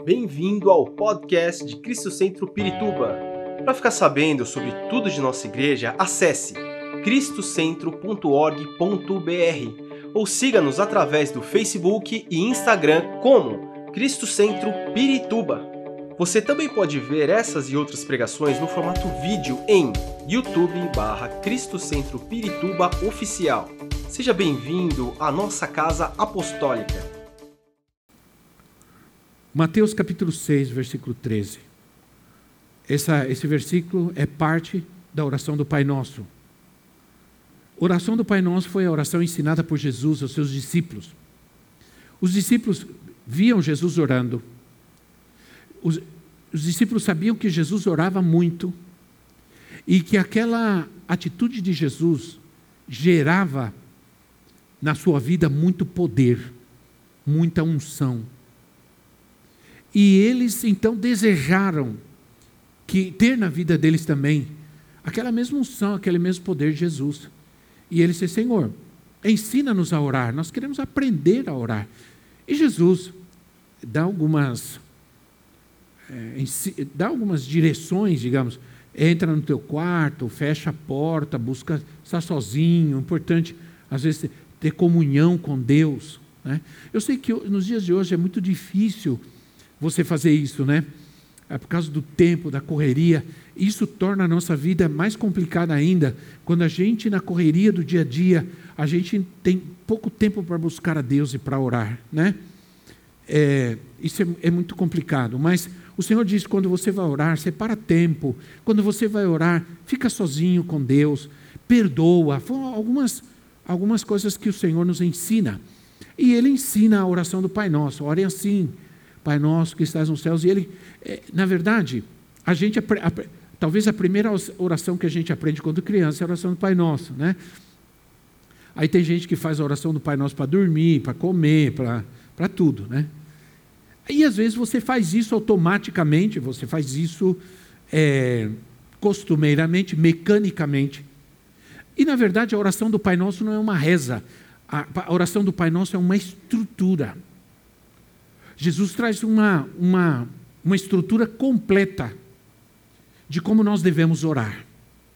Bem-vindo ao podcast de Cristo Centro Pirituba. Para ficar sabendo sobre tudo de nossa igreja, acesse cristocentro.org.br ou siga-nos através do Facebook e Instagram como Cristo Centro Pirituba. Você também pode ver essas e outras pregações no formato vídeo em YouTube/Cristo Centro Pirituba Oficial. Seja bem-vindo à nossa casa apostólica. Mateus capítulo 6, versículo 13. Esse versículo é parte da oração do Pai Nosso. A oração do Pai Nosso foi a oração ensinada por Jesus aos seus discípulos. Os discípulos viam Jesus orando. Os discípulos sabiam que Jesus orava muito e que aquela atitude de Jesus gerava na sua vida muito poder, muita unção. E eles então desejaram ter na vida deles também aquela mesma unção, aquele mesmo poder de Jesus. E eles disseram: Senhor, ensina-nos a orar, nós queremos aprender a orar. E Jesus dá algumas direções, digamos. Entra no teu quarto, fecha a porta, busca estar sozinho. Importante, às vezes, ter comunhão com Deus, né? Eu sei que nos dias de hoje é muito difícil você fazer isso, né? É por causa do tempo, da correria. Isso torna a nossa vida mais complicada ainda, quando a gente, na correria do dia a dia, a gente tem pouco tempo para buscar a Deus e para orar, né? Isso é muito complicado, mas o Senhor diz: quando você vai orar, separa tempo. Quando você vai orar, fica sozinho com Deus, perdoa. Foram algumas coisas que o Senhor nos ensina. E Ele ensina a oração do Pai Nosso. Orem assim: Pai Nosso que estás nos céus. E Ele, na verdade, a gente talvez a primeira oração que a gente aprende quando criança é a oração do Pai Nosso, né? Aí tem gente que faz a oração do Pai Nosso para dormir, para comer, para tudo, né? E às vezes você faz isso automaticamente, você faz isso costumeiramente, mecanicamente. E na verdade a oração do Pai Nosso não é uma reza, a oração do Pai Nosso é uma estrutura. Jesus traz uma estrutura completa de como nós devemos orar.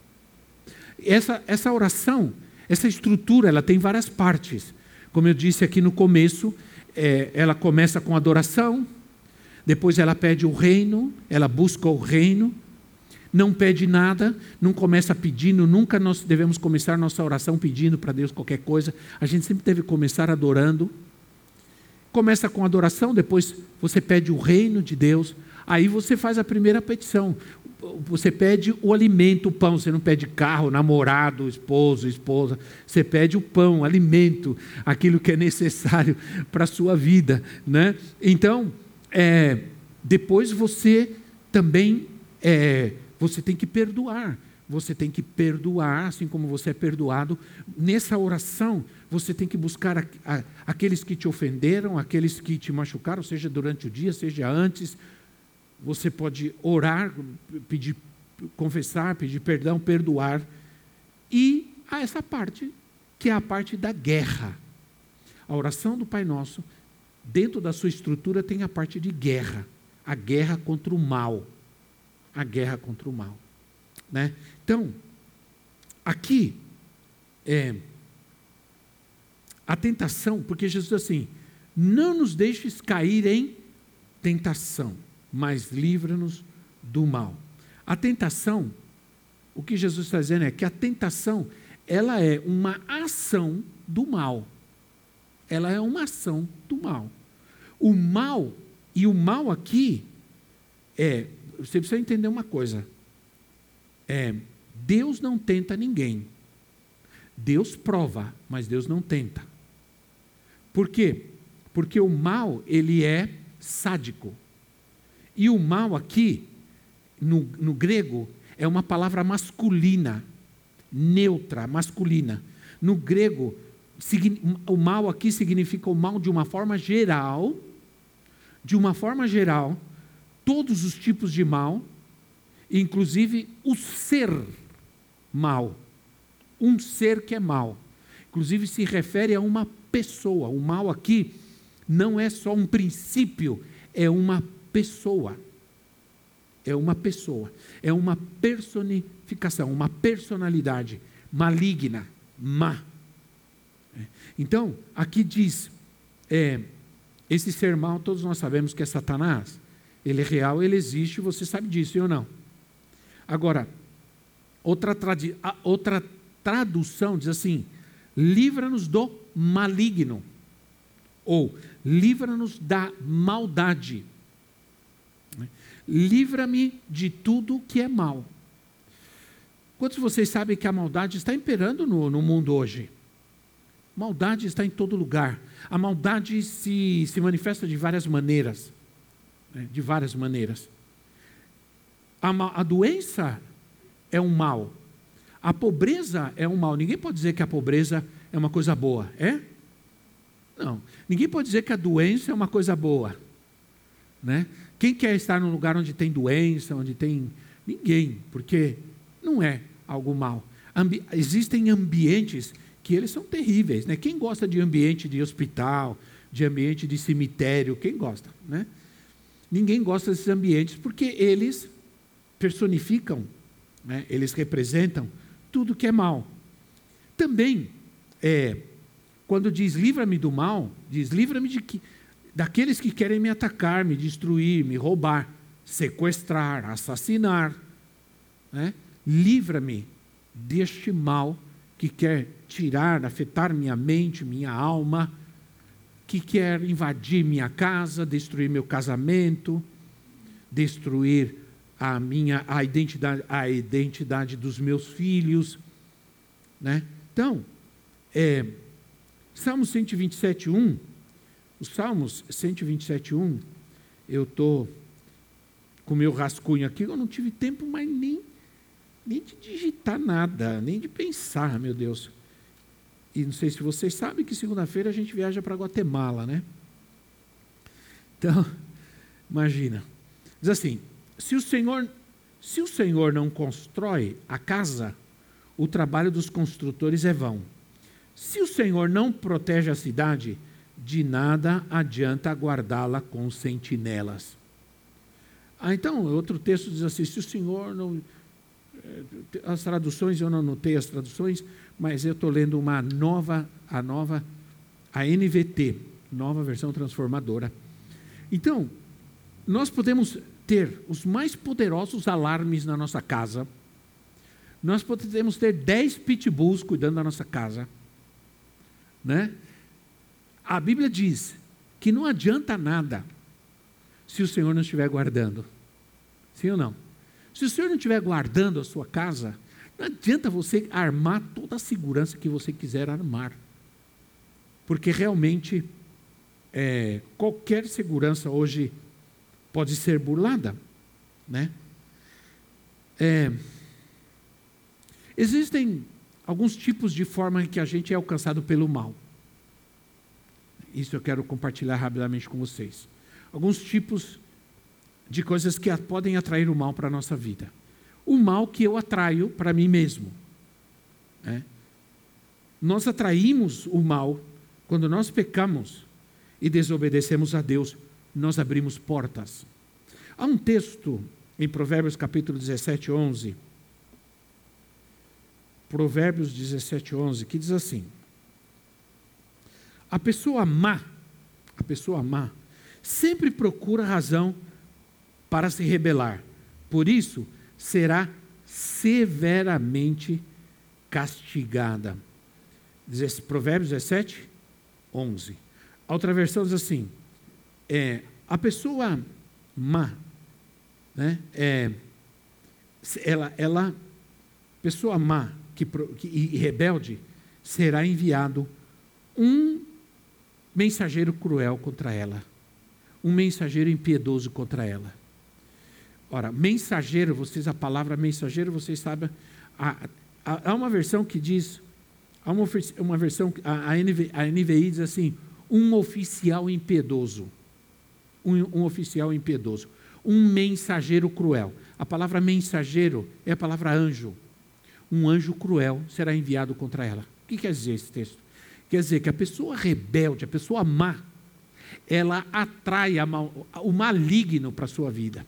Essa oração, essa estrutura, ela tem várias partes. Como eu disse aqui no começo, ela começa com adoração, depois ela pede o reino, ela busca o reino, não pede nada, não começa pedindo, nunca nós devemos começar nossa oração pedindo para Deus qualquer coisa, a gente sempre deve começar adorando. Começa com adoração, depois você pede o reino de Deus, aí você faz a primeira petição, você pede o alimento, o pão, você não pede carro, namorado, esposo, esposa, você pede o pão, o alimento, aquilo que é necessário para a sua vida, né? Então, depois você também, você tem que perdoar. Você tem que perdoar, assim como você é perdoado. Nessa oração, você tem que buscar aqueles que te ofenderam, aqueles que te machucaram, seja durante o dia, seja antes. Você pode orar, pedir, confessar, pedir perdão, perdoar. E há essa parte, que é a parte da guerra. A oração do Pai Nosso, dentro da sua estrutura, tem a parte de guerra. A guerra contra o mal. A guerra contra o mal. Né? Então, aqui, a tentação, porque Jesus diz assim: não nos deixes cair em tentação, mas livra-nos do mal. A tentação, o que Jesus está dizendo é que a tentação, ela é uma ação do mal. Ela é uma ação do mal. O mal, e o mal aqui, você precisa entender uma coisa. Deus não tenta ninguém. Deus prova, mas Deus não tenta. Por quê? Porque o mal, ele é sádico. E o mal aqui, no grego, é uma palavra masculina, neutra, masculina. No grego, o mal aqui significa o mal de uma forma geral. De uma forma geral, todos os tipos de mal, inclusive o ser mal, um ser que é mal, inclusive se refere a uma pessoa. O mal aqui não é só um princípio, é uma pessoa. É uma pessoa. É uma personificação, uma personalidade maligna, má. Então, aqui diz, esse ser mau, todos nós sabemos que é Satanás. Ele é real, ele existe, você sabe disso, sim ou não? Agora, outra tradução diz assim, livra-nos do maligno, ou livra-nos da maldade. Livra-me de tudo que é mal. Quantos de vocês sabem que a maldade está imperando no mundo hoje? Maldade está em todo lugar. A maldade se manifesta de várias maneiras. De várias maneiras. A doença é um mal. A pobreza é um mal. Ninguém pode dizer que a pobreza é uma coisa boa, é? Não. Ninguém pode dizer que a doença é uma coisa boa. Né? Quem quer estar num lugar onde tem doença, onde tem... Ninguém, porque não é algo mal. Existem ambientes que eles são terríveis. Né? Quem gosta de ambiente de hospital, de ambiente de cemitério, quem gosta? Né? Ninguém gosta desses ambientes porque eles personificam, né? Eles representam tudo que é mal. Também, quando diz livra-me do mal, diz livra-me daqueles que querem me atacar, me destruir, me roubar, sequestrar, assassinar. Né? Livra-me deste mal que quer tirar, afetar minha mente, minha alma, que quer invadir minha casa, destruir meu casamento, destruir a identidade dos meus filhos. Né? Então, Salmos 127:1, os Salmos 127:1, eu estou com o meu rascunho aqui, eu não tive tempo mais nem de digitar nada, nem de pensar, meu Deus. E não sei se vocês sabem que segunda-feira a gente viaja para Guatemala, né? Então, imagina. Diz assim, se o Senhor não constrói a casa, o trabalho dos construtores é vão. Se o Senhor não protege a cidade, de nada adianta guardá-la com sentinelas. Então, outro texto diz assim, se o Senhor não... As traduções, eu não anotei as traduções, mas eu estou lendo a NVT, nova versão transformadora. Então, nós podemos ter os mais poderosos alarmes na nossa casa, nós podemos ter 10 pitbulls cuidando da nossa casa, né? A Bíblia diz que não adianta nada se o Senhor não estiver guardando. Sim ou não? Se o Senhor não estiver guardando a sua casa, não adianta você armar toda a segurança que você quiser armar. Porque realmente, qualquer segurança hoje pode ser burlada. Né? Existem alguns tipos de forma em que a gente é alcançado pelo mal. Isso eu quero compartilhar rapidamente com vocês. Alguns tipos de coisas que podem atrair o mal para a nossa vida. O mal que eu atraio para mim mesmo. Nós atraímos o mal quando nós pecamos e desobedecemos a Deus. Nós abrimos portas. Há um texto em Provérbios capítulo 17:11. Provérbios 17:11, que diz assim: a pessoa má sempre procura razão para se rebelar. Por isso, será severamente castigada. Provérbios 17:11. A outra versão diz assim, a pessoa má, né, pessoa má e rebelde, será enviado um mensageiro cruel contra ela, um mensageiro impiedoso contra ela. Ora, mensageiro, a palavra mensageiro, vocês sabem, há uma versão que diz, uma versão, a NVI diz assim, um oficial impiedoso. Um oficial impiedoso. Um mensageiro cruel. A palavra mensageiro é a palavra anjo. Um anjo cruel será enviado contra ela. O que quer dizer esse texto? Quer dizer que a pessoa rebelde, a pessoa má, ela atrai o maligno para a sua vida.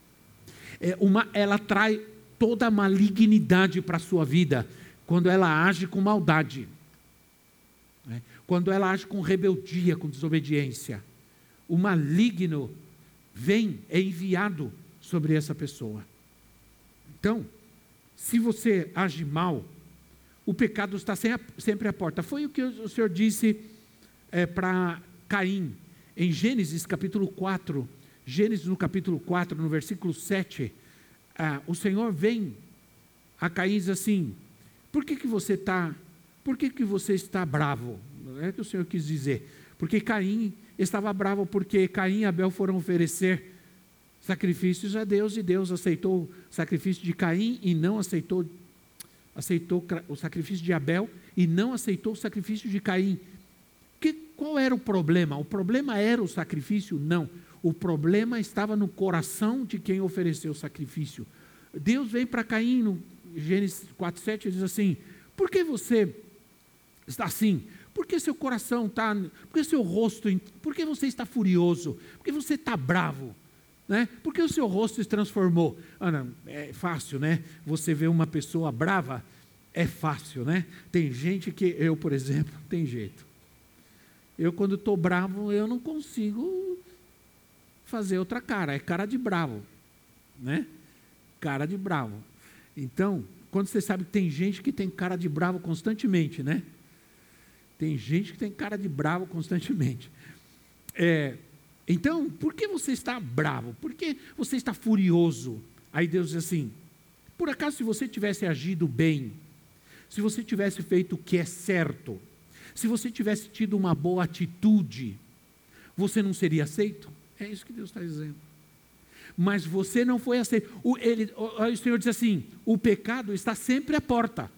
Ela atrai toda a malignidade para a sua vida quando ela age com maldade, né? Quando ela age com rebeldia, com desobediência. O maligno é enviado sobre essa pessoa. Então, se você age mal, o pecado está sempre à porta. Foi o que o Senhor disse para Caim, em Gênesis capítulo 4, Gênesis no capítulo 4, no versículo 7, o Senhor vem a Caim e diz assim, por que você está bravo? Não é que o Senhor quis dizer, porque Caim estava bravo, porque Caim e Abel foram oferecer sacrifícios a Deus, e Deus aceitou o sacrifício de Caim e não aceitou o sacrifício de Abel e não aceitou o sacrifício de Caim. Qual era o problema? O problema era o sacrifício? Não. O problema estava no coração de quem ofereceu o sacrifício. Deus vem para Caim, no Gênesis 4:7, e diz assim, por que você está assim? Por que seu coração está... Por que seu rosto... Por que você está furioso? Por que você está bravo? Né? Por que o seu rosto se transformou? Não, é fácil, né? Você vê uma pessoa brava, é fácil, né? Tem gente que... Eu, por exemplo, tem jeito. Eu, quando estou bravo, eu não consigo fazer outra cara. É cara de bravo, né? Cara de bravo. Então, quando você sabe que tem gente que tem cara de bravo constantemente, né? Tem gente que tem cara de bravo constantemente. Então, por que você está bravo? Por que você está furioso? Aí Deus diz assim, por acaso se você tivesse agido bem, se você tivesse feito o que é certo, se você tivesse tido uma boa atitude, você não seria aceito? É isso que Deus está dizendo. Mas você não foi aceito. O Senhor diz assim, o pecado está sempre à porta.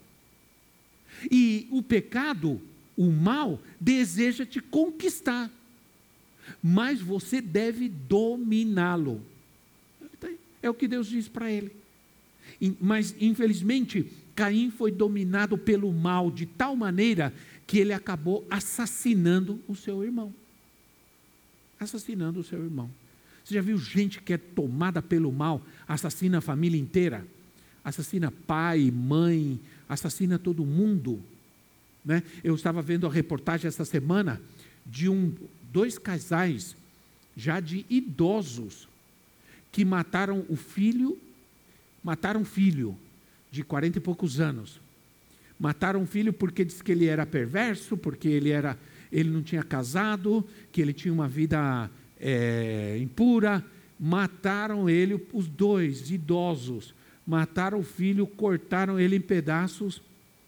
E o pecado, o mal, deseja te conquistar. Mas você deve dominá-lo. É o que Deus diz para ele. Mas, infelizmente, Caim foi dominado pelo mal de tal maneira que ele acabou assassinando o seu irmão. Assassinando o seu irmão. Você já viu gente que é tomada pelo mal, assassina a família inteira? Assassina pai, mãe, assassina todo mundo. Né? Eu estava vendo a reportagem essa semana de dois casais, já de idosos, que mataram um filho de 40 e poucos anos. Mataram o filho porque disse que ele era perverso, porque ele não tinha casado, que ele tinha uma vida impura. Mataram ele, os dois idosos. Mataram o filho, cortaram ele em pedaços.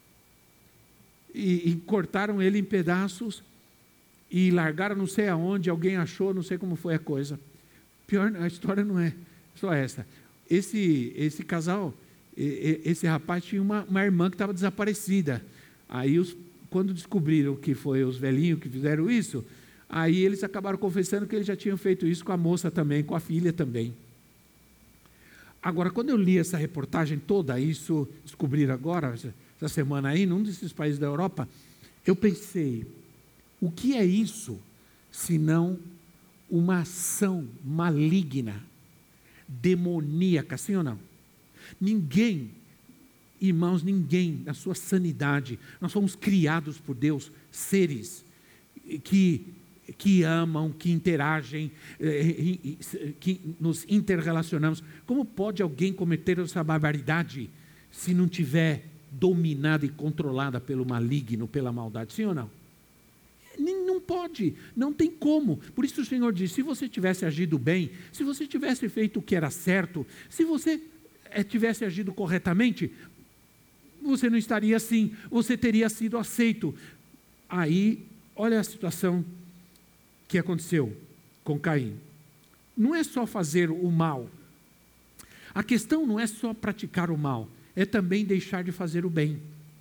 E cortaram ele em pedaços e largaram não sei aonde, alguém achou, não sei como foi a coisa. Pior, a história não é só essa. Esse casal, esse rapaz tinha uma irmã que estava desaparecida. Aí, quando descobriram que foi os velhinhos que fizeram isso, aí eles acabaram confessando que eles já tinham feito isso com a moça também, com a filha também. Agora, quando eu li essa reportagem toda, isso descobriram agora, essa semana aí, num desses países da Europa, eu pensei, o que é isso, senão uma ação maligna, demoníaca, sim ou não? Ninguém, irmãos, ninguém, na sua sanidade, nós fomos criados por Deus, seres que amam, que interagem, que nos interrelacionamos. Como pode alguém cometer essa barbaridade se não tiver dominada e controlada pelo maligno, pela maldade? Sim ou não? Não pode, não tem como. Por isso o Senhor diz, se você tivesse agido bem, se você tivesse feito o que era certo, se você tivesse agido corretamente, você não estaria assim, você teria sido aceito. Aí, olha a situação que aconteceu com Caim. Não é só fazer o mal. A questão não é só praticar o mal, é também deixar de fazer o bem.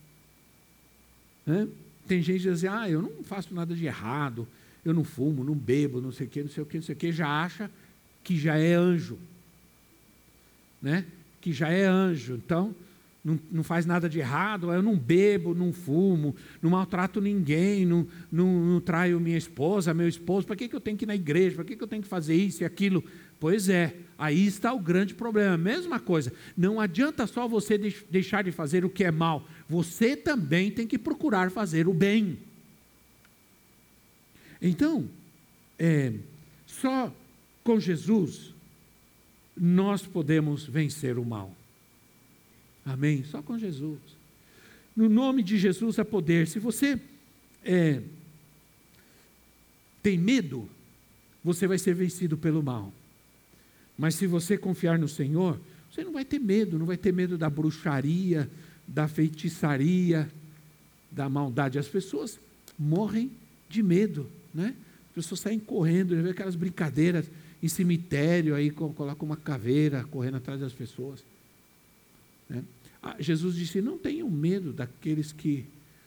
Tem gente que diz assim, eu não faço nada de errado, eu não fumo, não bebo, não sei o que, não sei o que, não sei o que, já acha que já é anjo. Né? Que já é anjo. Então, não faz nada de errado, eu não bebo, não fumo, não maltrato ninguém, não traio minha esposa, meu esposo, para que eu tenho que ir na igreja, para que eu tenho que fazer isso e aquilo? Pois é, aí está o grande problema. Mesma coisa, não adianta só você deixar de fazer o que é mal, você também tem que procurar fazer o bem. Então, só com Jesus nós podemos vencer o mal. Amém? Só com Jesus. No nome de Jesus há poder. Se você tem medo, você vai ser vencido pelo mal. Mas se você confiar no Senhor, você não vai ter medo. Não vai ter medo da bruxaria, da feitiçaria, da maldade. As pessoas morrem de medo, né? As pessoas saem correndo, já vê aquelas brincadeiras em cemitério, aí colocam uma caveira correndo atrás das pessoas. Né? Jesus disse, não tenham medo daqueles que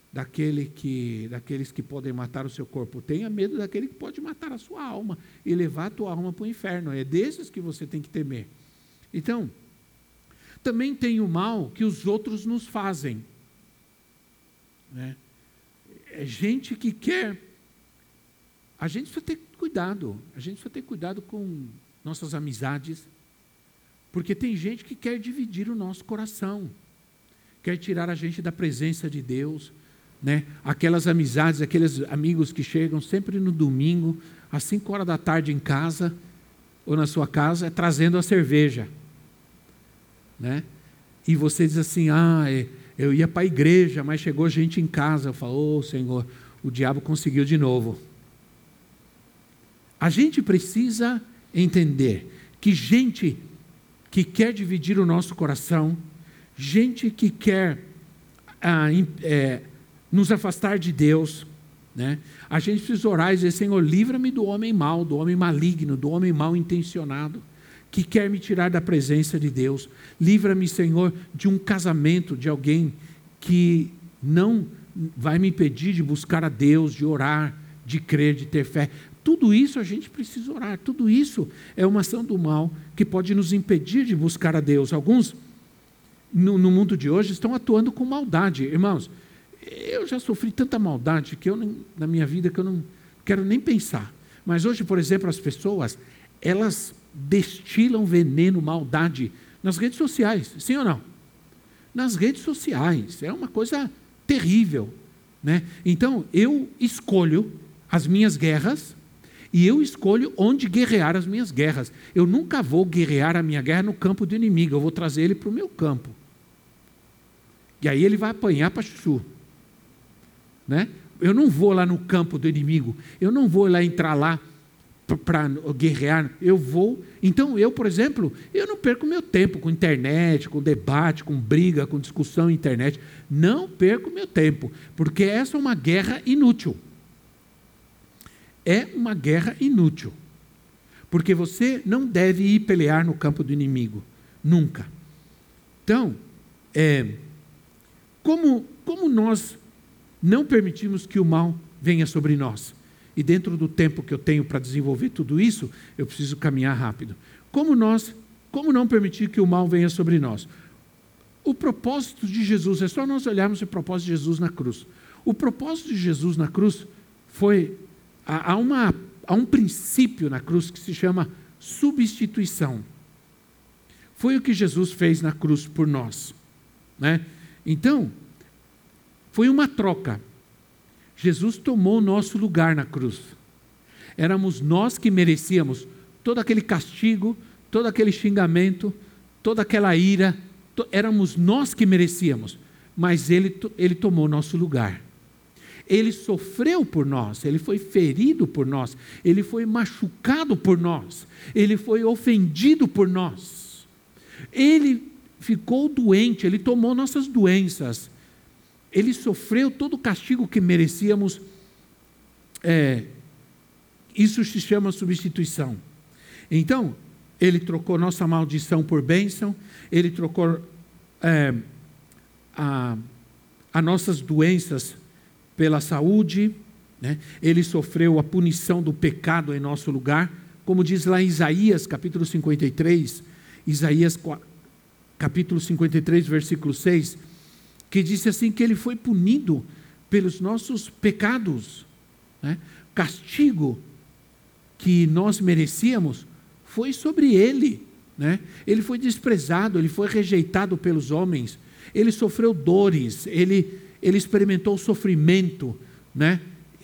podem matar o seu corpo, tenha medo daquele que pode matar a sua alma e levar a tua alma para o inferno, é desses que você tem que temer. Então, também tem o mal que os outros nos fazem, né? É gente que quer, a gente precisa ter cuidado com nossas amizades, porque tem gente que quer dividir o nosso coração, quer tirar a gente da presença de Deus, né? Aquelas amizades, aqueles amigos que chegam sempre no domingo, às 5 horas da tarde em casa, ou na sua casa, trazendo a cerveja, né? E você diz assim, eu ia para a igreja, mas chegou gente em casa, eu falo, Senhor, o diabo conseguiu de novo. A gente precisa entender que gente que quer dividir o nosso coração, gente que quer nos afastar de Deus, né? A gente precisa orar e dizer, Senhor, livra-me do homem mau, do homem maligno, do homem mal intencionado, que quer me tirar da presença de Deus. Livra-me, Senhor, de um casamento, de alguém que não vai me impedir de buscar a Deus, de orar, de crer, de ter fé. Tudo isso a gente precisa orar, tudo isso é uma ação do mal que pode nos impedir de buscar a Deus. Alguns, no mundo de hoje, estão atuando com maldade. Irmãos, eu já sofri tanta maldade na minha vida que eu não quero nem pensar. Mas hoje, por exemplo, as pessoas, elas destilam veneno, maldade nas redes sociais, sim ou não? Nas redes sociais, é uma coisa terrível, né? Então, eu escolho as minhas guerras e eu escolho onde guerrear as minhas guerras. Eu nunca vou guerrear a minha guerra no campo do inimigo, eu vou trazer ele para o meu campo. E aí ele vai apanhar para chuchu, né? Eu não vou lá no campo do inimigo, eu não vou lá entrar lá para guerrear, eu vou. Então eu, por exemplo, eu não perco meu tempo com internet, com debate, com briga, com discussão na internet. Não perco meu tempo, porque essa é uma guerra inútil. É uma guerra inútil, porque você não deve ir pelear no campo do inimigo, nunca. Então, como nós não permitimos que o mal venha sobre nós? E dentro do tempo que eu tenho para desenvolver tudo isso, eu preciso caminhar rápido. Como não permitir que o mal venha sobre nós? O propósito de Jesus, é só nós olharmos o propósito de Jesus na cruz. O propósito de Jesus na cruz foi, há um princípio na cruz que se chama substituição. Foi o que Jesus fez na cruz por nós, né? Então, foi uma troca. Jesus tomou o nosso lugar na cruz. Éramos nós que merecíamos todo aquele castigo, todo aquele xingamento, toda aquela ira. Éramos nós que merecíamos, mas Ele tomou o nosso lugar. Ele sofreu por nós, Ele foi ferido por nós, Ele foi machucado por nós, Ele foi ofendido por nós. Ele ficou doente, Ele tomou nossas doenças. Ele sofreu todo o castigo que merecíamos. Isso se chama substituição. Então, Ele trocou nossa maldição por bênção, Ele trocou as nossas doenças pela saúde, né? Ele sofreu a punição do pecado em nosso lugar, como diz lá em Isaías, capítulo 53, Isaías capítulo 53, versículo 6, que disse assim que ele foi punido pelos nossos pecados, né? Castigo que nós merecíamos foi sobre ele, né? Ele foi desprezado, ele foi rejeitado pelos homens, ele sofreu dores, ele experimentou sofrimento, né?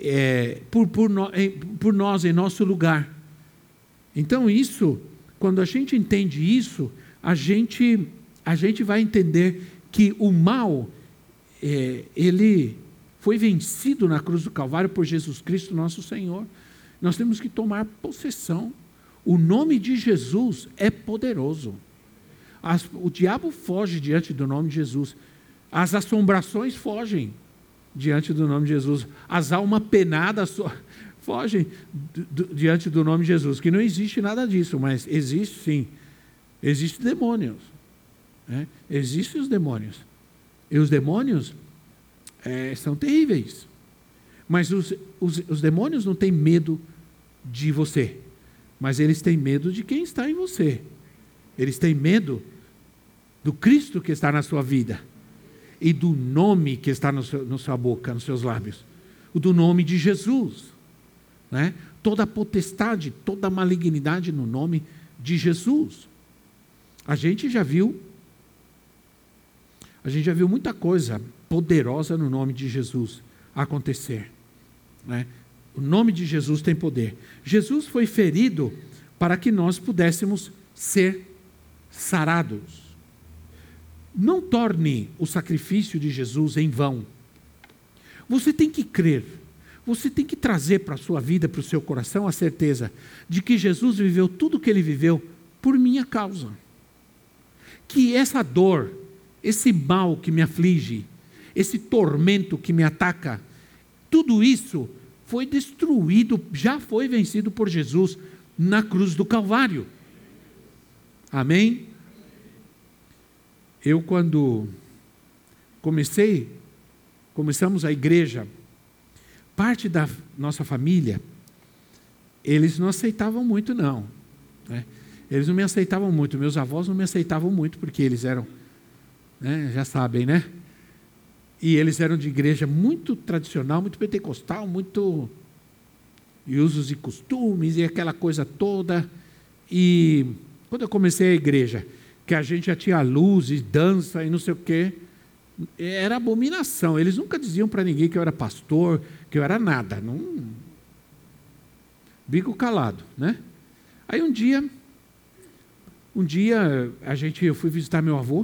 Por nós, em nosso lugar. Então isso, quando a gente entende isso, a gente vai entender que o mal, ele foi vencido na cruz do Calvário por Jesus Cristo, nosso Senhor. Nós temos que tomar possessão. O nome de Jesus é poderoso. O diabo foge diante do nome de Jesus. As assombrações fogem diante do nome de Jesus. As almas penadas fogem diante do nome de Jesus. Que não existe nada disso, mas existe sim. Existem demônios. Né? Existem os demônios. E os demônios são terríveis. Mas os demônios não têm medo de você. Mas eles têm medo de quem está em você. Eles têm medo do Cristo que está na sua vida. E do nome que está na sua boca, nos seus lábios. O do nome de Jesus. Né? Toda potestade, toda malignidade no nome de Jesus. A gente já viu muita coisa poderosa no nome de Jesus acontecer. Né? O nome de Jesus tem poder. Jesus foi ferido para que nós pudéssemos ser sarados. Não torne o sacrifício de Jesus em vão. Você tem que crer. Você tem que trazer para a sua vida, para o seu coração, a certeza de que Jesus viveu tudo o que ele viveu por minha causa. Que essa dor, esse mal que me aflige, esse tormento que me ataca, tudo isso foi destruído, já foi vencido por Jesus na cruz do Calvário. Amém? Eu, quando começamos a igreja, parte da nossa família, eles não aceitavam muito não. Né? Eles não me aceitavam muito, meus avós não me aceitavam muito, porque eles eram, né, já sabem, né? E eles eram de igreja muito tradicional, muito pentecostal, muito e usos e costumes e aquela coisa toda. E quando eu comecei a igreja, que a gente já tinha luz e dança e não sei o quê, era abominação. Eles nunca diziam para ninguém que eu era pastor, que eu era nada. Não... Bico calado, né? Aí um dia eu fui visitar meu avô.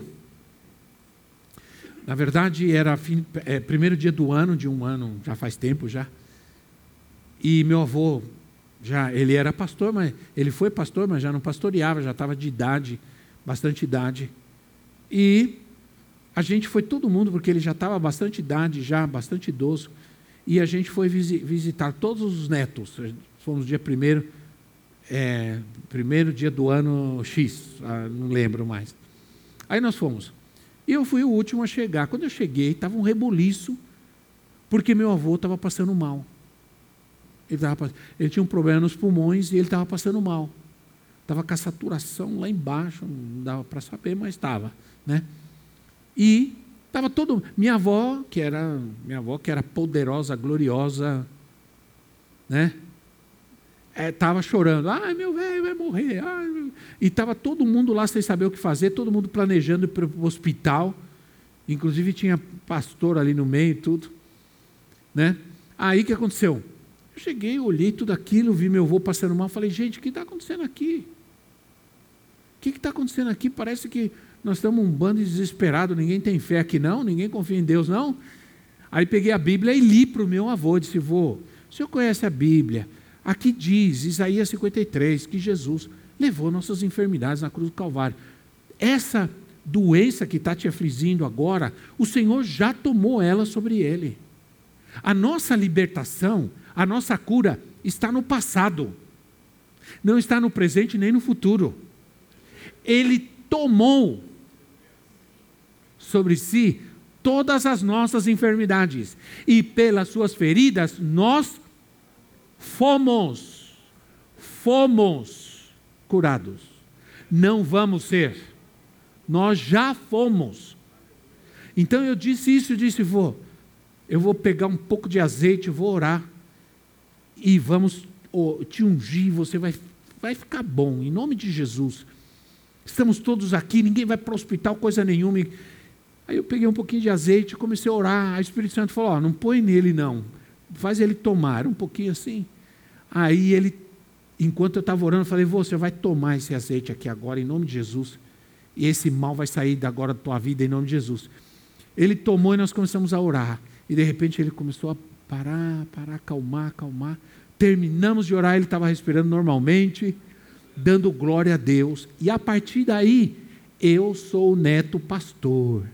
Na verdade, era primeiro dia do ano, de um ano, já faz tempo já. E meu avô, ele era pastor, mas ele foi pastor, mas já não pastoreava, já estava de idade, bastante idade. E a gente foi todo mundo, porque ele já estava bastante idade, já bastante idoso. E a gente foi visitar todos os netos. Fomos dia primeiro dia do ano X, não lembro mais. Aí nós fomos. E eu fui o último a chegar. Quando eu cheguei, estava um rebuliço, porque meu avô estava passando mal. Ele tinha um problema nos pulmões e ele estava passando mal. Estava com a saturação lá embaixo, não dava para saber, mas estava. Né? E estava todo... Minha avó, que era poderosa, gloriosa, né? Estava chorando. Ai, meu velho vai morrer. Ai, e estava todo mundo lá sem saber o que fazer, todo mundo planejando ir para o hospital. Inclusive tinha pastor ali no meio e tudo. Né? Aí o que aconteceu? Eu cheguei, olhei tudo aquilo, vi meu avô passando mal, falei, gente, o que está acontecendo aqui? O que está acontecendo aqui? Parece que nós estamos um bando de desesperado, ninguém tem fé aqui não, ninguém confia em Deus não. Aí peguei a Bíblia e li para o meu avô, disse, vô, o senhor conhece a Bíblia? Aqui diz, Isaías 53, que Jesus levou nossas enfermidades na cruz do Calvário. Essa doença que está te afligindo agora, o Senhor já tomou ela sobre ele. A nossa libertação, a nossa cura está no passado. Não está no presente nem no futuro. Ele tomou sobre si todas as nossas enfermidades. E pelas suas feridas, nós fomos curados. Não vamos ser Nós já fomos. Então eu disse isso, eu disse, eu vou pegar um pouco de azeite, vou orar e vamos te ungir, você vai ficar bom, em nome de Jesus. Estamos todos aqui, ninguém vai para o hospital, coisa nenhuma. Aí eu peguei um pouquinho de azeite e comecei a orar. Aí o Espírito Santo falou, não põe nele não, faz ele tomar, um pouquinho assim. Aí ele, enquanto eu estava orando, eu falei, você vai tomar esse azeite aqui agora, em nome de Jesus. E esse mal vai sair agora da tua vida, em nome de Jesus. Ele tomou e nós começamos a orar. E de repente ele começou a parar, acalmar. Terminamos de orar, ele estava respirando normalmente, dando glória a Deus. E a partir daí, eu sou o neto pastor.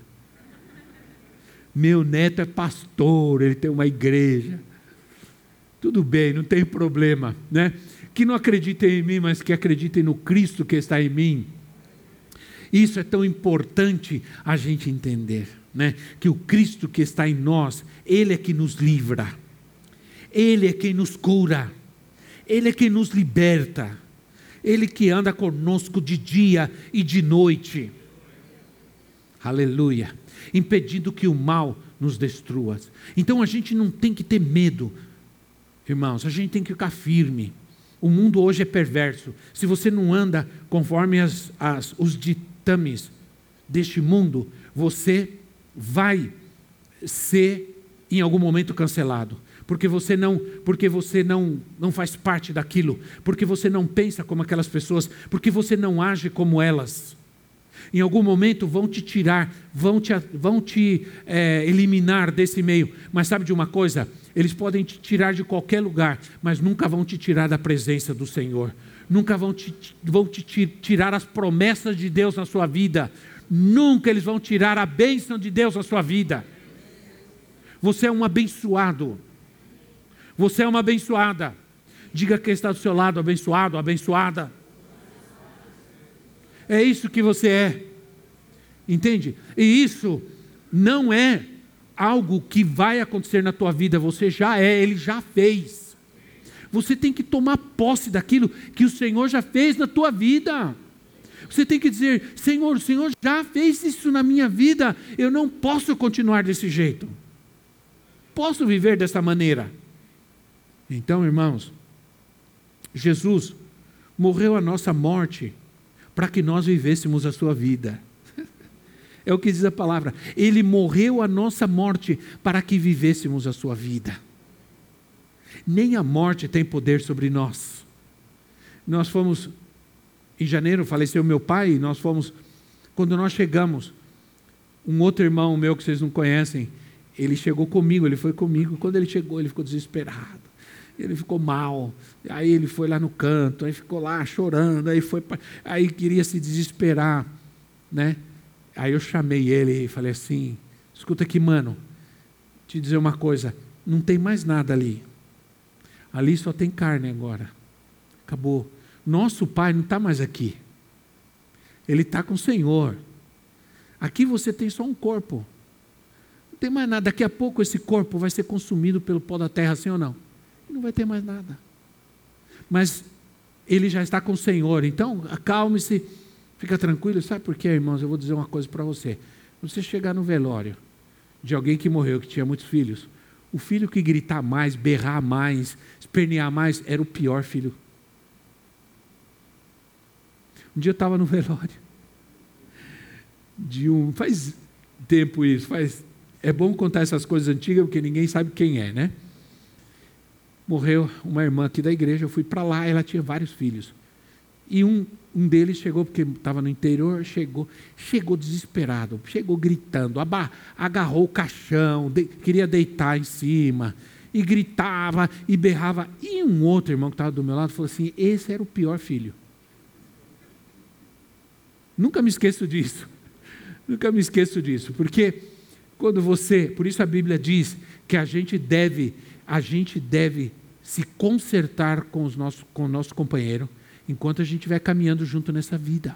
Meu neto é pastor, ele tem uma igreja. Tudo bem, não tem problema, né? Que não acreditem em mim, mas que acreditem no Cristo que está em mim. Isso é tão importante a gente entender, né? Que o Cristo que está em nós, Ele é que nos livra, Ele é quem nos cura, Ele é quem nos liberta, Ele que anda conosco de dia e de noite, aleluia, impedindo que o mal nos destrua. Então a gente não tem que ter medo, irmãos, a gente tem que ficar firme. O mundo hoje é perverso. Se você não anda conforme os ditames deste mundo, você vai ser em algum momento cancelado, porque você não faz parte daquilo, porque você não pensa como aquelas pessoas, porque você não age como elas. Em algum momento vão te tirar, vão te eliminar desse meio. Mas sabe de uma coisa? Eles podem te tirar de qualquer lugar, mas nunca vão te tirar da presença do Senhor. Nunca vão te tirar as promessas de Deus na sua vida. Nunca eles vão tirar a bênção de Deus na sua vida. Você é um abençoado. Você é uma abençoada. Diga quem está do seu lado, abençoado, abençoada. É isso que você é. Entende? E isso não é algo que vai acontecer na tua vida. Você já é, Ele já fez. Você tem que tomar posse daquilo que o Senhor já fez na tua vida. Você tem que dizer, Senhor, o Senhor já fez isso na minha vida. Eu não posso continuar desse jeito. Posso viver dessa maneira. Então, irmãos, Jesus morreu a nossa morte para que nós vivêssemos a sua vida. É o que diz a palavra. Ele morreu a nossa morte para que vivêssemos a sua vida. Nem a morte tem poder sobre nós. Nós fomos, em janeiro faleceu meu pai, quando nós chegamos, um outro irmão meu que vocês não conhecem, ele chegou comigo, ele foi comigo, quando ele chegou ele ficou desesperado. Ele ficou mal, aí ele foi lá no canto, aí ficou lá chorando, aí queria se desesperar, né? Aí eu chamei ele e falei assim, escuta aqui, mano, te dizer uma coisa, não tem mais nada ali só tem carne agora, acabou. Nosso pai não está mais aqui, ele está com o Senhor, aqui você tem só um corpo, não tem mais nada, daqui a pouco esse corpo vai ser consumido pelo pó da terra, sim ou não? Não vai ter mais nada, mas ele já está com o Senhor, então acalme-se, fica tranquilo. Sabe por quê, irmãos? Eu vou dizer uma coisa para você. Você chegar no velório de alguém que morreu, que tinha muitos filhos, o filho que gritar mais, berrar mais, espernear mais, era o pior filho. Um dia eu estava no velório faz tempo isso, é bom contar essas coisas antigas, porque ninguém sabe quem é, né? Morreu uma irmã aqui da igreja, eu fui para lá, ela tinha vários filhos. E um deles chegou, porque estava no interior, chegou desesperado, chegou gritando, agarrou o caixão, queria deitar em cima, e gritava, e berrava. E um outro irmão que estava do meu lado falou assim, esse era o pior filho. Nunca me esqueço disso, porque por isso a Bíblia diz que a gente deve se consertar com o nosso companheiro, enquanto a gente vai caminhando junto nessa vida.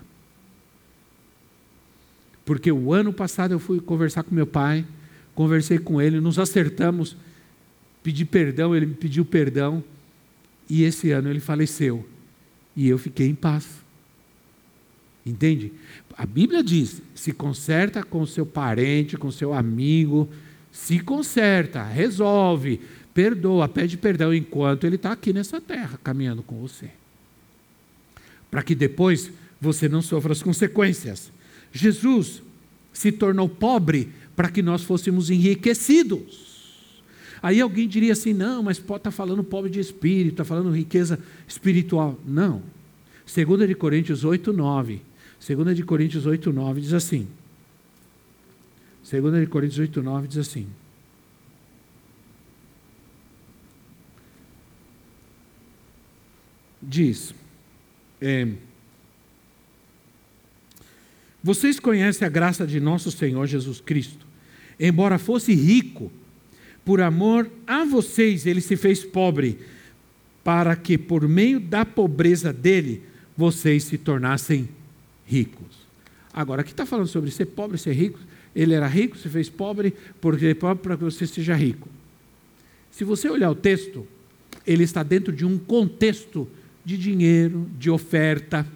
Porque o ano passado eu fui conversar com meu pai, conversei com ele, nos acertamos, pedi perdão, ele me pediu perdão, e esse ano ele faleceu, e eu fiquei em paz. Entende? A Bíblia diz, se conserta com o seu parente, com o seu amigo, se conserta, resolve, perdoa, pede perdão enquanto ele está aqui nessa terra, caminhando com você. Para que depois você não sofra as consequências. Jesus se tornou pobre para que nós fôssemos enriquecidos. Aí alguém diria assim, não, mas pode estar falando pobre de espírito, está falando riqueza espiritual. Não. 2 de Coríntios 8:9. 2 de Coríntios 8:9 diz assim. 2 de Coríntios 8:9 diz assim. Diz, vocês conhecem a graça de nosso Senhor Jesus Cristo. Embora fosse rico, por amor a vocês ele se fez pobre, para que por meio da pobreza dele, vocês se tornassem ricos. Agora, aqui está falando sobre ser pobre e ser rico. Ele era rico, se fez pobre, porque é pobre para que você seja rico. Se você olhar o texto, ele está dentro de um contexto de dinheiro, de oferta.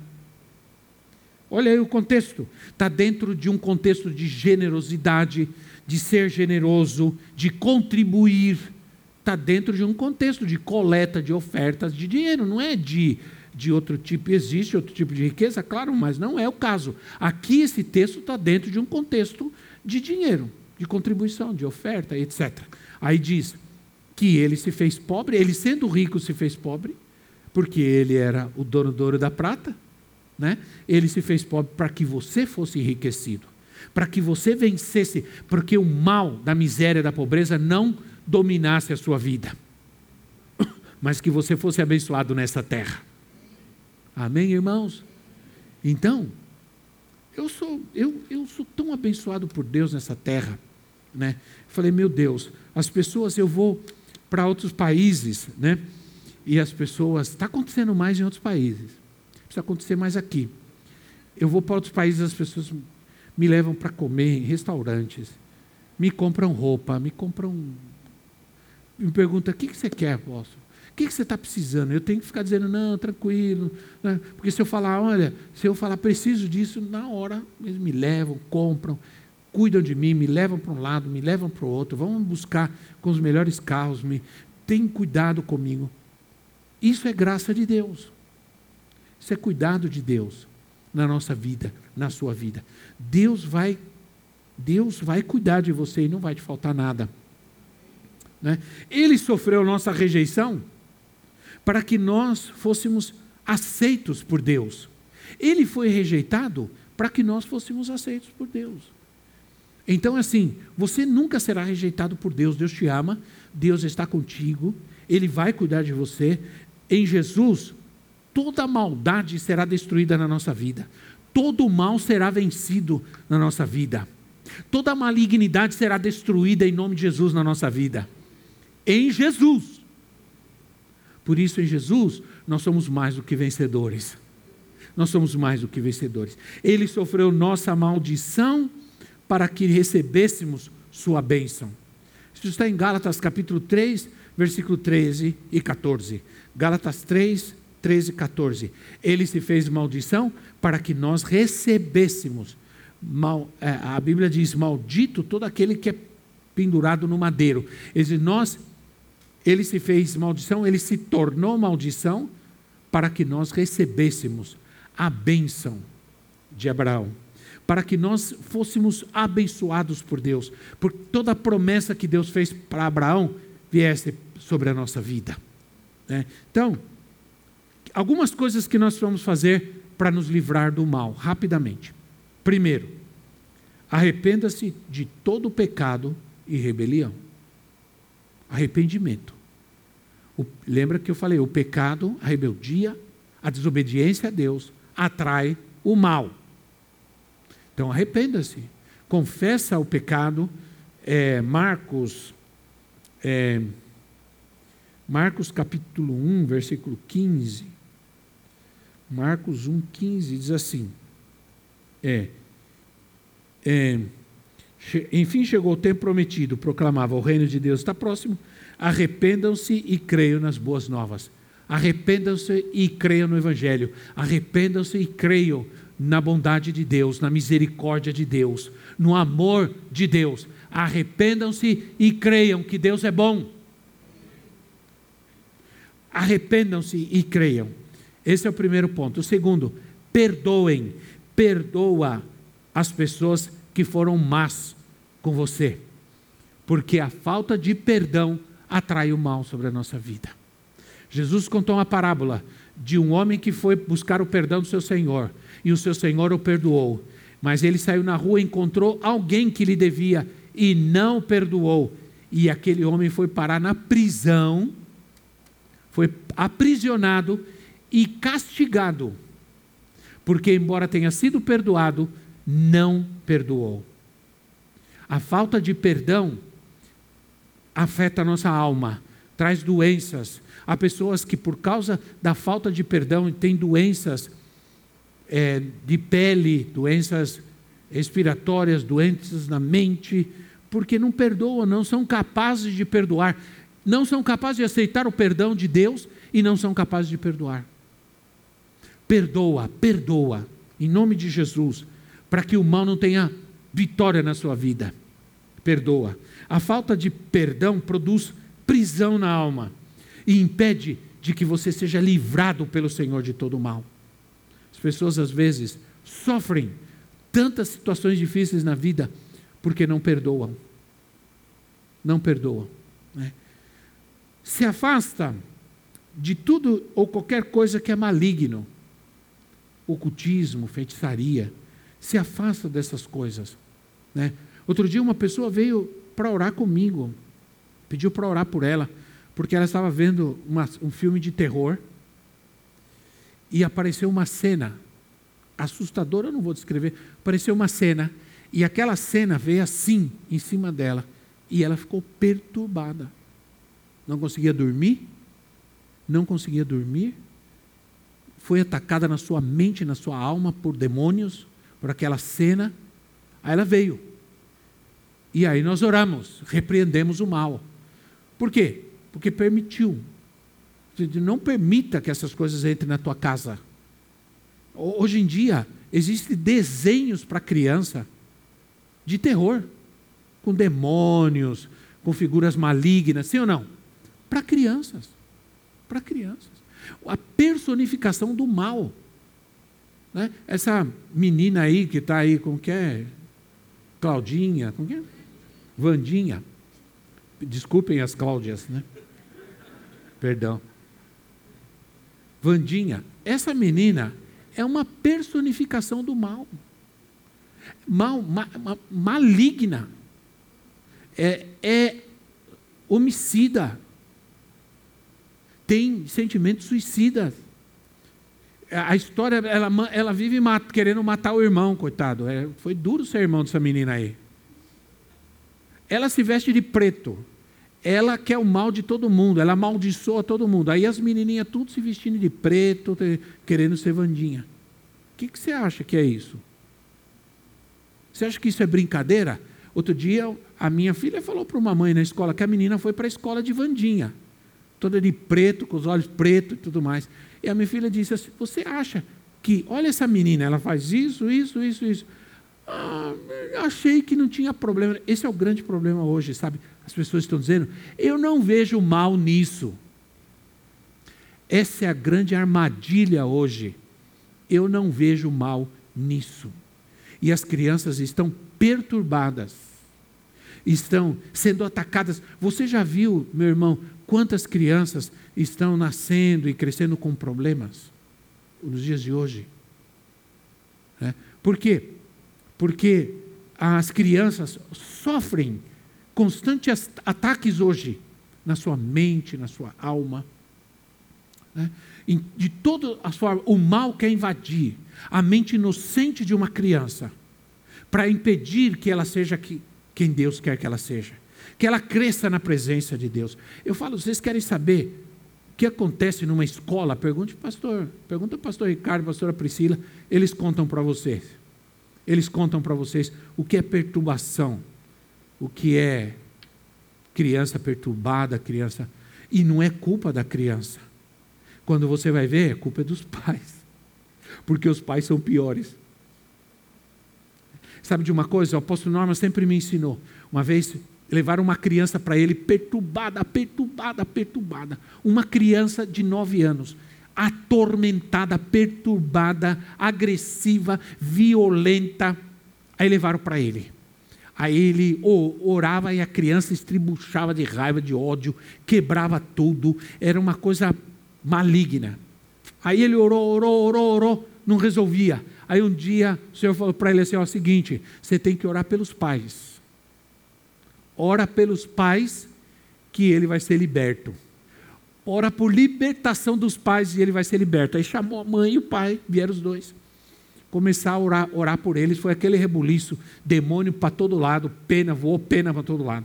Olha aí o contexto. Está dentro de um contexto de generosidade, de ser generoso, de contribuir. Está dentro de um contexto de coleta de ofertas de dinheiro, não é de outro tipo. Existe outro tipo de riqueza, claro, mas não é o caso. Aqui esse texto está dentro de um contexto de dinheiro, de contribuição, de oferta, etc. Aí diz que ele se fez pobre, ele sendo rico se fez pobre, porque ele era o dono do ouro e da prata, né? Ele se fez pobre para que você fosse enriquecido, para que você vencesse, porque o mal da miséria, da pobreza não dominasse a sua vida, mas que você fosse abençoado nessa terra. Amém, irmãos? Então, eu sou tão abençoado por Deus nessa terra, né? Falei, meu Deus, as pessoas, eu vou para outros países, né? E as pessoas, está acontecendo mais em outros países, precisa acontecer mais aqui. Eu vou para outros países, as pessoas me levam para comer em restaurantes, me compram roupa, me perguntam, o que você quer, apóstolo? O que você está precisando? Eu tenho que ficar dizendo, não, tranquilo, né? Porque se eu falar, preciso disso, na hora eles me levam, compram, cuidam de mim, me levam para um lado, me levam para o outro, vão buscar com os melhores carros, tem cuidado comigo. Isso é graça de Deus. Isso é cuidado de Deus na nossa vida, na sua vida. Deus vai cuidar de você e não vai te faltar nada. Né? Ele sofreu nossa rejeição para que nós fôssemos aceitos por Deus. Ele foi rejeitado para que nós fôssemos aceitos por Deus. Então, assim, você nunca será rejeitado por Deus. Deus te ama, Deus está contigo, Ele vai cuidar de você. Em Jesus, toda maldade será destruída na nossa vida. Todo o mal será vencido na nossa vida. Toda malignidade será destruída em nome de Jesus na nossa vida. Em Jesus. Por isso, em Jesus, nós somos mais do que vencedores. Nós somos mais do que vencedores. Ele sofreu nossa maldição para que recebêssemos sua bênção. Isso está em Gálatas capítulo 3, versículo 13 e 14. Gálatas 3, 13 e 14. Ele se fez maldição para que nós recebêssemos. A Bíblia diz, maldito todo aquele que é pendurado no madeiro. Ele se fez maldição, ele se tornou maldição para que nós recebêssemos a bênção de Abraão. Para que nós fôssemos abençoados por Deus. Por toda a promessa que Deus fez para Abraão viesse sobre a nossa vida. Né? Então, algumas coisas que nós vamos fazer para nos livrar do mal, rapidamente. Primeiro, arrependa-se de todo o pecado e rebelião. Arrependimento. Lembra que eu falei, o pecado, a rebeldia, a desobediência a Deus atrai o mal. Então arrependa-se, confessa o pecado. Marcos capítulo 1, versículo 15. Marcos 1, 15 diz assim, enfim chegou o tempo prometido, proclamava, o reino de Deus está próximo, arrependam-se e creiam nas boas novas. Arrependam-se e creiam no Evangelho. Arrependam-se e creiam na bondade de Deus, na misericórdia de Deus, no amor de Deus. Arrependam-se e creiam que Deus é bom. Arrependam-se e creiam. Esse é o primeiro ponto. O segundo, perdoem. Perdoa as pessoas que foram más com você. Porque a falta de perdão atrai o mal sobre a nossa vida. Jesus contou uma parábola de um homem que foi buscar o perdão do seu Senhor. E o seu Senhor o perdoou. Mas ele saiu na rua e encontrou alguém que lhe devia e não o perdoou. E aquele homem foi parar na prisão, foi aprisionado e castigado, porque embora tenha sido perdoado, não perdoou. A falta de perdão afeta a nossa alma, traz doenças. Há pessoas que por causa da falta de perdão têm doenças de pele, doenças respiratórias, doenças na mente, porque não perdoam, não são capazes de perdoar, não são capazes de aceitar o perdão de Deus e não são capazes de perdoar. Perdoa, em nome de Jesus, para que o mal não tenha vitória na sua vida. Perdoa. A falta de perdão produz prisão na alma e impede de que você seja livrado pelo Senhor de todo o mal. As pessoas às vezes sofrem tantas situações difíceis na vida porque não perdoam. Não perdoam, né? Se afasta de tudo ou qualquer coisa que é maligno. Ocultismo, feitiçaria. Se afasta dessas coisas, né? Outro dia uma pessoa veio para orar comigo. Pediu para orar por ela, porque ela estava vendo um filme de terror e apareceu uma cena assustadora, eu não vou descrever, apareceu uma cena e aquela cena veio assim em cima dela e ela ficou perturbada. Não conseguia dormir, foi atacada na sua mente, na sua alma por demônios, por aquela cena. Aí ela veio. E aí nós oramos, repreendemos o mal. Por quê? Porque permitiu. Não permita que essas coisas entrem na tua casa. Hoje em dia, existem desenhos para criança de terror, com demônios, com figuras malignas, sim ou não? Para crianças. Para crianças. A personificação do mal. Né? Essa menina aí que está aí, como que é? Claudinha, como que é? Vandinha. Desculpem as Cláudias, né? Perdão. Vandinha. Essa menina é uma personificação do mal. Maligna. É homicida. Tem sentimentos suicidas. A história, ela vive querendo matar o irmão, coitado. Foi duro ser irmão dessa menina aí. Ela se veste de preto. Ela quer o mal de todo mundo. Ela amaldiçoa todo mundo. Aí as menininhas tudo se vestindo de preto, querendo ser Vandinha. O que você acha que é isso? Você acha que isso é brincadeira? Outro dia, a minha filha falou para uma mãe na escola que a menina foi para a escola de Vandinha. Toda de preto, com os olhos pretos e tudo mais. E a minha filha disse assim, você acha que, olha essa menina, ela faz isso. Achei que não tinha problema. Esse é o grande problema hoje, sabe? As pessoas estão dizendo, eu não vejo mal nisso. Essa é a grande armadilha hoje. Eu não vejo mal nisso. E as crianças estão perturbadas. Estão sendo atacadas. Você já viu, meu irmão, quantas crianças estão nascendo e crescendo com problemas nos dias de hoje? Por quê? Porque as crianças sofrem constantes ataques hoje na sua mente, na sua alma. De todas as formas, o mal quer invadir a mente inocente de uma criança para impedir que ela seja quem Deus quer que ela seja. Que ela cresça na presença de Deus. Eu falo, vocês querem saber o que acontece numa escola? Pergunta ao pastor Ricardo, pastora Priscila, eles contam para vocês. Eles contam para vocês o que é perturbação, o que é criança perturbada, criança. E não é culpa da criança. Quando você vai ver, a culpa é dos pais. Porque os pais são piores. Sabe de uma coisa? O apóstolo Norman sempre me ensinou. Uma vez levaram uma criança para ele perturbada. Uma criança de 9 anos, atormentada, perturbada, agressiva, violenta. Aí levaram para ele. Aí ele orava e a criança estribuchava de raiva, de ódio, quebrava tudo. Era uma coisa maligna. Aí ele orou, não resolvia. Aí um dia o Senhor falou para ele assim, ó, seguinte, você tem que orar pelos pais. Ora pelos pais que ele vai ser liberto. Ora por libertação dos pais e ele vai ser liberto. Aí chamou a mãe e o pai, vieram os dois. Começar a orar por eles, foi aquele rebuliço, demônio para todo lado, pena para todo lado.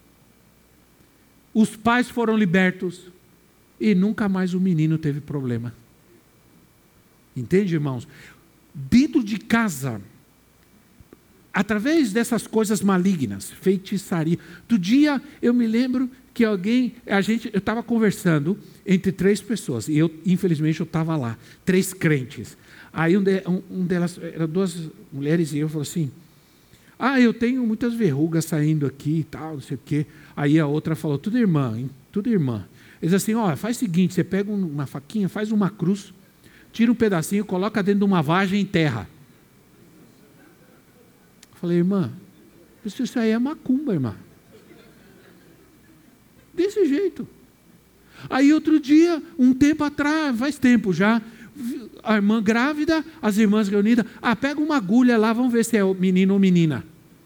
Os pais foram libertos e nunca mais o menino teve problema. Entende, irmãos? Dentro de casa, através dessas coisas malignas, feitiçaria. Do dia, eu me lembro que eu estava conversando entre 3 pessoas, e infelizmente eu estava lá, 3 crentes. Aí um delas, eram 2 mulheres, e eu falei assim, eu tenho muitas verrugas saindo aqui e tal, não sei o quê. Aí a outra falou, tudo irmã, hein? Tudo irmã. Eles assim, faz o seguinte, você pega uma faquinha, faz uma cruz, tira um pedacinho, coloca dentro de uma vagem e enterra. Eu falei, irmã, isso aí é macumba, irmã. Desse jeito. Aí outro dia, um tempo atrás, faz tempo já, a irmã grávida, as irmãs reunidas, pega uma agulha lá, vamos ver se é menino ou menina.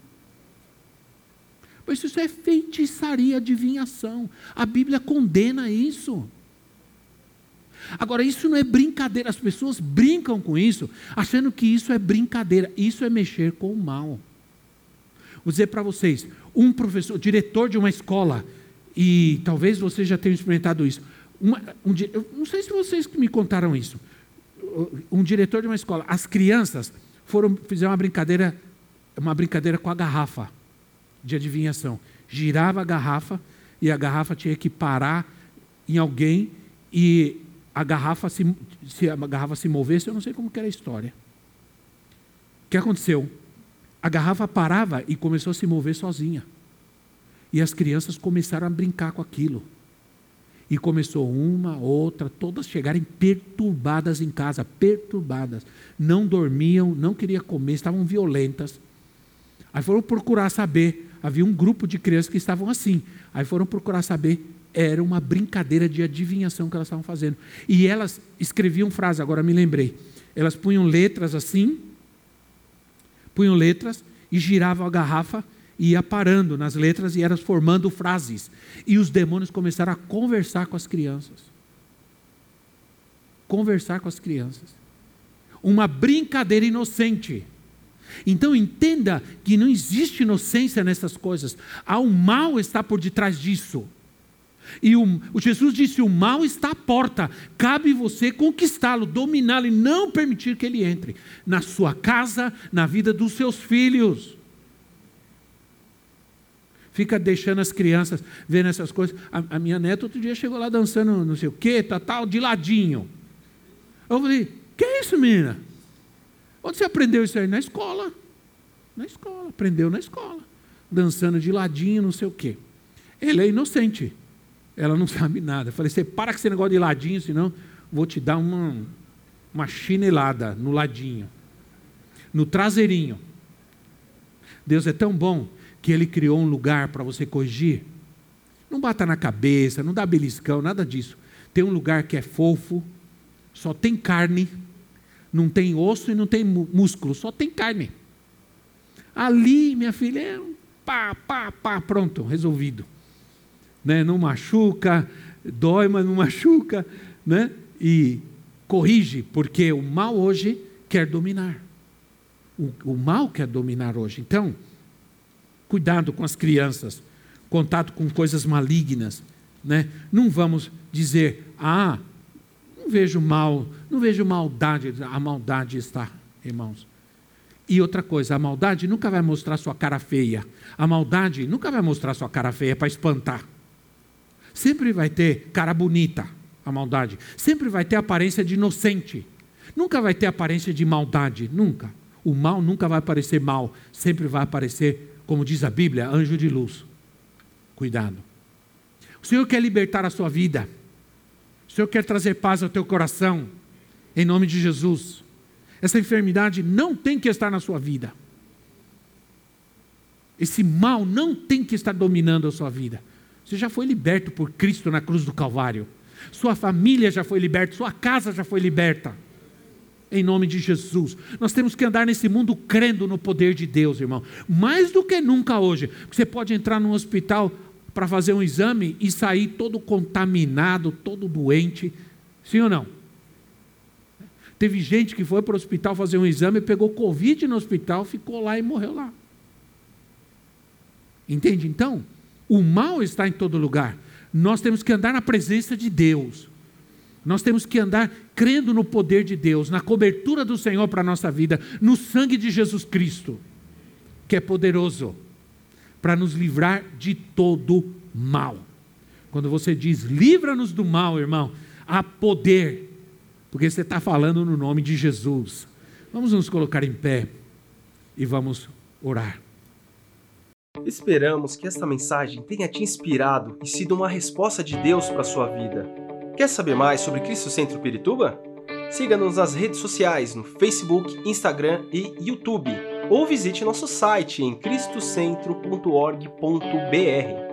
Mas isso é feitiçaria, adivinhação. A Bíblia condena isso. Agora, isso não é brincadeira, as pessoas brincam com isso, achando que isso é brincadeira, isso é mexer com o mal. Vou dizer para vocês, um professor, diretor de uma escola, e talvez vocês já tenham experimentado isso, eu não sei se vocês me contaram isso, um diretor de uma escola, as crianças fizeram uma brincadeira com a garrafa de adivinhação, girava a garrafa, e a garrafa tinha que parar em alguém, e a garrafa, se a garrafa se movesse, eu não sei como que era a história. O que aconteceu? A garrafa parava e começou a se mover sozinha. E as crianças começaram a brincar com aquilo. E começou uma, outra, todas chegarem perturbadas em casa, perturbadas. Não dormiam, não queriam comer, estavam violentas. Aí foram procurar saber, havia um grupo de crianças que estavam assim. Aí foram procurar saber, era uma brincadeira de adivinhação que elas estavam fazendo. E elas escreviam frases, agora me lembrei. Elas punham letras assim, e giravam a garrafa, e ia parando nas letras, e elas formando frases. E os demônios começaram a conversar com as crianças. Uma brincadeira inocente. Então entenda que não existe inocência nessas coisas. O mal está por detrás disso. E o Jesus disse, o mal está à porta, cabe você conquistá-lo, dominá-lo e não permitir que ele entre na sua casa, na vida dos seus filhos. Fica deixando as crianças vendo essas coisas. A minha neta outro dia chegou lá dançando não sei o que, tal, de ladinho. Eu falei, que é isso, menina? Onde você aprendeu isso aí? Na escola, aprendeu na escola, dançando de ladinho, não sei o que. Ela é inocente. Ela não sabe nada. Eu falei, você para com esse negócio de ladinho, senão vou te dar uma chinelada no ladinho, no traseirinho. Deus é tão bom que Ele criou um lugar para você corrigir. Não bata na cabeça, não dá beliscão, nada disso. Tem um lugar que é fofo, só tem carne, não tem osso e não tem músculo, só tem carne. Ali, minha filha, é pronto, resolvido. Né? Não machuca, dói, mas não machuca, né? E corrige, porque o mal hoje quer dominar. O mal quer dominar hoje. Então, cuidado com as crianças, contato com coisas malignas, né? Não vamos dizer, não vejo mal, não vejo maldade. A maldade está, irmãos. E outra coisa, a maldade nunca vai mostrar sua cara feia. A maldade nunca vai mostrar sua cara feia para espantar. Sempre vai ter cara bonita, a maldade. Sempre vai ter aparência de inocente. Nunca vai ter aparência de maldade, nunca. O mal nunca vai aparecer mal, sempre vai aparecer, como diz a Bíblia, anjo de luz. Cuidado. O Senhor quer libertar a sua vida. O Senhor quer trazer paz ao teu coração, em nome de Jesus. Essa enfermidade não tem que estar na sua vida. Esse mal não tem que estar dominando a sua vida. Você já foi liberto por Cristo na cruz do Calvário. Sua família já foi liberta, sua casa já foi liberta. Em nome de Jesus. Nós temos que andar nesse mundo crendo no poder de Deus, irmão. Mais do que nunca hoje. Você pode entrar num hospital para fazer um exame e sair todo contaminado, todo doente. Sim ou não? Teve gente que foi para o hospital fazer um exame, pegou Covid no hospital, ficou lá e morreu lá. Entende então? O mal está em todo lugar. Nós temos que andar na presença de Deus. Nós temos que andar crendo no poder de Deus, na cobertura do Senhor para a nossa vida, no sangue de Jesus Cristo, que é poderoso para nos livrar de todo mal. Quando você diz, livra-nos do mal, irmão, há poder, porque você está falando no nome de Jesus. Vamos nos colocar em pé e vamos orar. Esperamos que esta mensagem tenha te inspirado e sido uma resposta de Deus para a sua vida. Quer saber mais sobre Cristo Centro Pirituba? Siga-nos nas redes sociais no Facebook, Instagram e YouTube, ou visite nosso site em cristocentro.org.br.